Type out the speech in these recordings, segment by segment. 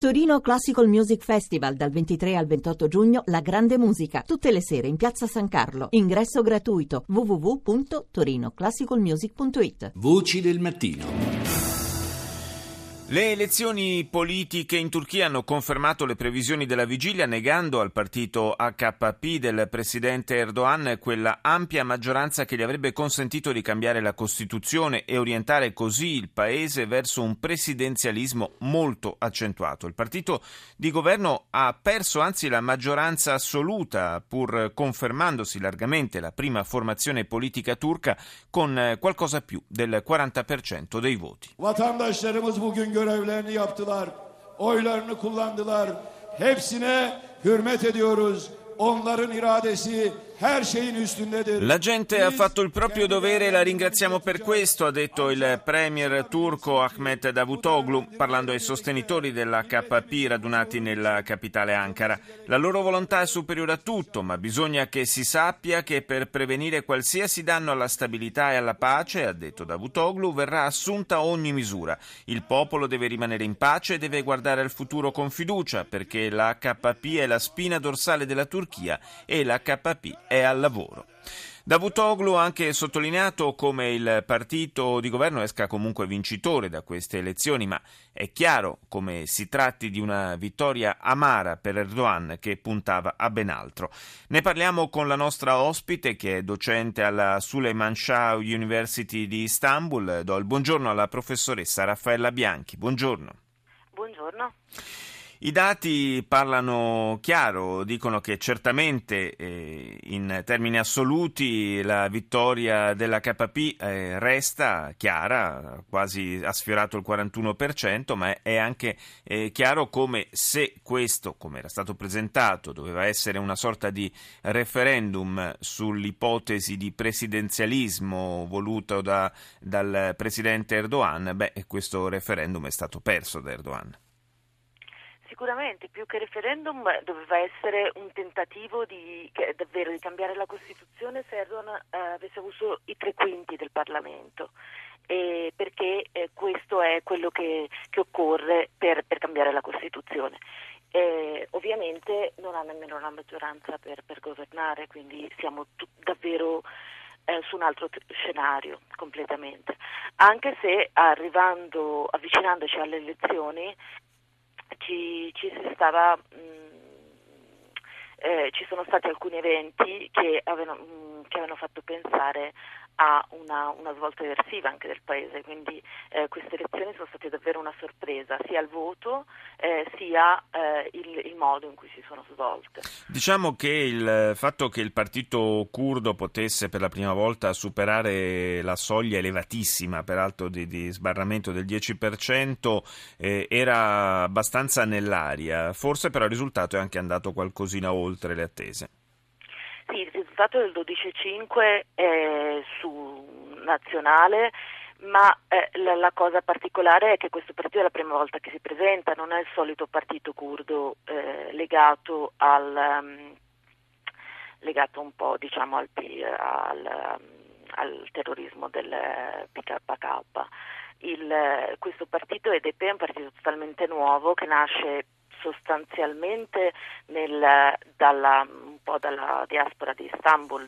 Torino Classical Music Festival dal 23 al 28 giugno, la grande musica, tutte le sere in Piazza San Carlo. Ingresso gratuito. www.torinoclassicalmusic.it. Voci del mattino. Le elezioni politiche in Turchia hanno confermato le previsioni della vigilia, negando al partito AKP del presidente Erdogan quella ampia maggioranza che gli avrebbe consentito di cambiare la Costituzione e orientare così il paese verso un presidenzialismo molto accentuato. Il partito di governo ha perso anzi la maggioranza assoluta, pur confermandosi largamente la prima formazione politica turca con qualcosa più del 40% dei voti. Vatandaşlarımız bugün görevlerini yaptılar, oylarını kullandılar. Hepsine hürmet ediyoruz. Onların iradesi her şeyin üstündedir. La gente ha fatto il proprio dovere e la ringraziamo per questo, ha detto il premier turco Ahmet Davutoglu, parlando ai sostenitori dell'HKP radunati nella capitale Ankara. La loro volontà è superiore a tutto, ma bisogna che si sappia che per prevenire qualsiasi danno alla stabilità e alla pace, ha detto Davutoglu, verrà assunta ogni misura. Il popolo deve rimanere in pace e deve guardare al futuro con fiducia, perché l'HKP è la spina dorsale della Turchia e l'HKP è al lavoro. Davutoglu ha anche sottolineato come il partito di governo esca comunque vincitore da queste elezioni, ma è chiaro come si tratti di una vittoria amara per Erdogan che puntava a ben altro. Ne parliamo con la nostra ospite che è docente alla Süleyman Shah University di Istanbul. Do il buongiorno alla professoressa Raffaella Bianchi. Buongiorno. Buongiorno. I dati parlano chiaro, dicono che certamente in termini assoluti la vittoria dell'HKP resta chiara, quasi ha sfiorato il 41%, ma è anche chiaro come se questo, come era stato presentato, doveva essere una sorta di referendum sull'ipotesi di presidenzialismo voluto dal presidente Erdogan, questo referendum è stato perso da Erdogan. Sicuramente, più che referendum doveva essere un tentativo davvero di cambiare la Costituzione se Erdogan avesse avuto i 3/5 del Parlamento, perché questo è quello che occorre per cambiare la Costituzione. Ovviamente non ha nemmeno la maggioranza per governare, quindi siamo davvero su un altro scenario completamente, anche se avvicinandoci alle elezioni ci sono stati alcuni eventi che avevano fatto pensare a una svolta eversiva anche del paese, quindi queste elezioni sono state davvero una sorpresa, sia il voto sia il modo in cui si sono svolte. Diciamo che il fatto che il partito curdo potesse per la prima volta superare la soglia elevatissima, peraltro di sbarramento del 10%, era abbastanza nell'aria, forse però il risultato è anche andato qualcosina oltre le attese. Sì, il risultato del 12,5 è su nazionale, ma la cosa particolare è che questo partito è la prima volta che si presenta, non è il solito partito curdo legato un po' diciamo al terrorismo del PKK. Questo partito EDP è un partito totalmente nuovo che nasce sostanzialmente dalla diaspora di Istanbul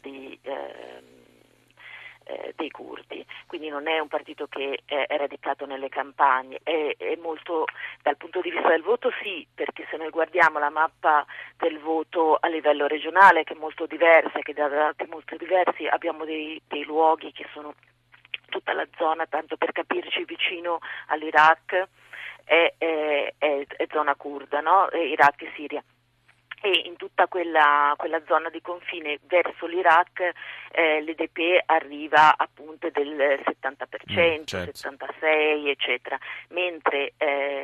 dei curdi, quindi non è un partito che è radicato nelle campagne, è molto dal punto di vista del voto sì, perché se noi guardiamo la mappa del voto a livello regionale che è molto diversa, che dà dati molto diversi, abbiamo dei luoghi che sono tutta la zona, tanto per capirci, vicino all'Iraq è zona curda, no? Iraq e Siria. E in tutta quella zona di confine verso l'Iraq l'EDP arriva a punte del 70%, certo. 76% eccetera, mentre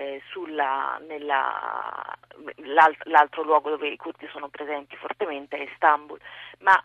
l'altro luogo dove i curdi sono presenti fortemente è Istanbul, ma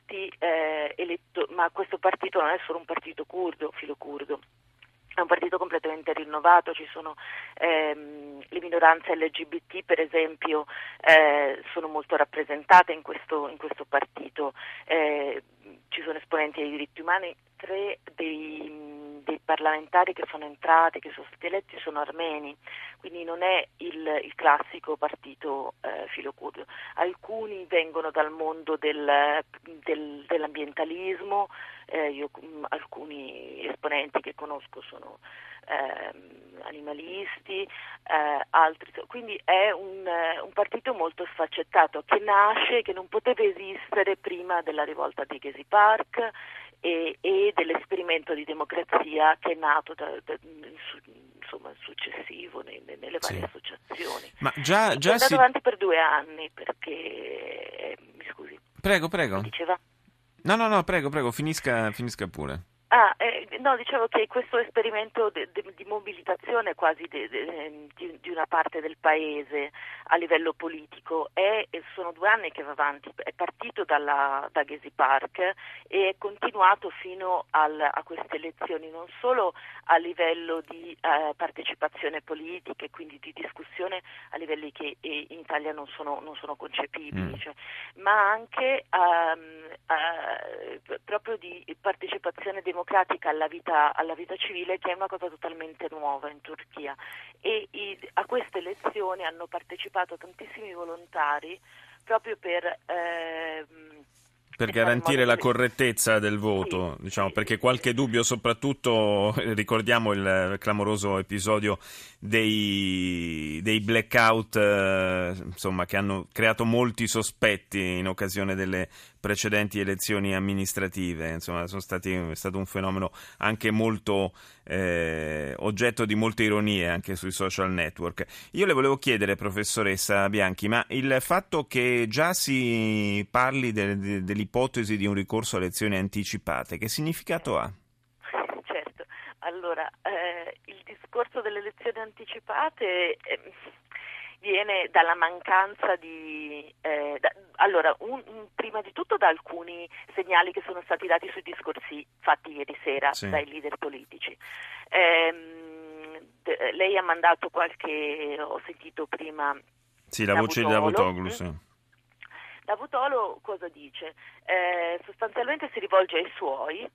ma questo partito non è solo un partito curdo, filocurdo. È un partito completamente rinnovato, ci sono le minoranze LGBT per esempio sono molto rappresentate in questo partito, ci sono esponenti dei diritti umani, tre dei dei parlamentari che sono entrati, che sono stati eletti, sono armeni, quindi non è il classico partito filocurdo. Alcuni vengono dal mondo dell'ambientalismo, alcuni esponenti che conosco sono animalisti, altri, quindi è un partito molto sfaccettato che nasce, che non poteva esistere prima della rivolta di Gezi Park e dell'esperimento di democrazia che è nato successivo nelle varie associazioni. Ma già è andato avanti per 2 anni perché mi scusi. Prego. Diceva? No, prego, finisca pure. No, dicevo che questo esperimento di mobilitazione quasi di una parte del paese a livello politico sono 2 anni che va avanti, è partito da Gezi Park e è continuato fino a queste elezioni, non solo a livello di partecipazione politica e quindi di discussione a livelli che in Italia non sono concepibili, ma anche proprio di partecipazione democratica alla vita civile, che è una cosa totalmente nuova in Turchia, e a queste elezioni hanno partecipato tantissimi volontari proprio per garantire la correttezza del voto, perché qualche dubbio, soprattutto ricordiamo il clamoroso episodio dei blackout, che hanno creato molti sospetti in occasione delle precedenti elezioni amministrative. È stato un fenomeno anche molto oggetto di molte ironie anche sui social network. Io le volevo chiedere, professoressa Bianchi, ma il fatto che già si parli dell'ipotesi di un ricorso a elezioni anticipate, che significato ha? Certo, allora il discorso delle elezioni anticipate viene dalla mancanza di prima di tutto da alcuni segnali che sono stati dati sui discorsi fatti ieri sera dai leader politici. Lei ha mandato ho sentito prima la voce di Davutoglu. Davutoglu cosa dice? Sostanzialmente si rivolge ai suoi,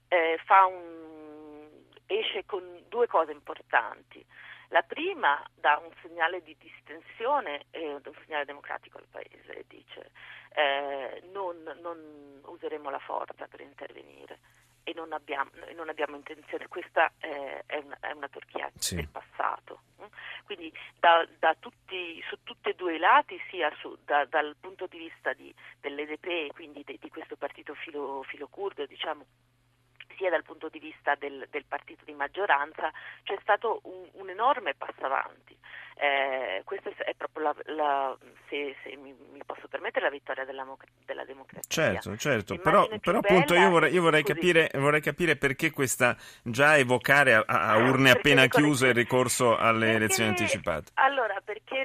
esce con 2 cose importanti. La prima dà un segnale di distensione e un segnale democratico al paese, dice non useremo la forza per intervenire e non abbiamo intenzione. Questa è una Turchia del passato. Quindi su tutti e 2 i lati, sia dal punto di vista dell'HDP, quindi di questo partito filocurdo, sia dal punto di vista del partito di maggioranza, c'è stato un enorme passo avanti. Questa è proprio se mi posso permettere, la vittoria della democrazia. Certo, però appunto io vorrei capire perché questa già evocare a urne appena chiuse il ricorso alle elezioni anticipate. Allora, perché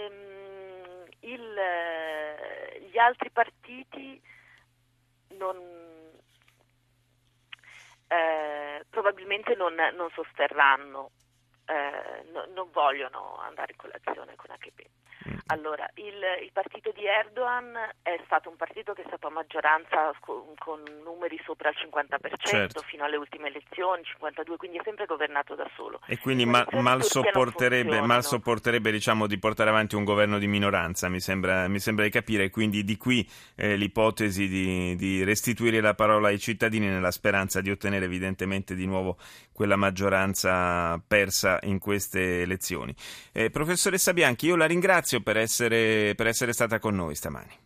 gli altri partiti probabilmente non sosterranno, non vogliono andare in coalizione con AKP. Allora, il partito di Erdogan è stato un partito che è stato a maggioranza con numeri sopra il 50% fino alle ultime elezioni, 52%, quindi è sempre governato da solo. E quindi mal sopporterebbe di portare avanti un governo di minoranza, mi sembra di capire, quindi di qui l'ipotesi di restituire la parola ai cittadini nella speranza di ottenere evidentemente di nuovo quella maggioranza persa in queste elezioni. Professoressa Bianchi, io la ringrazio per essere stata con noi stamani.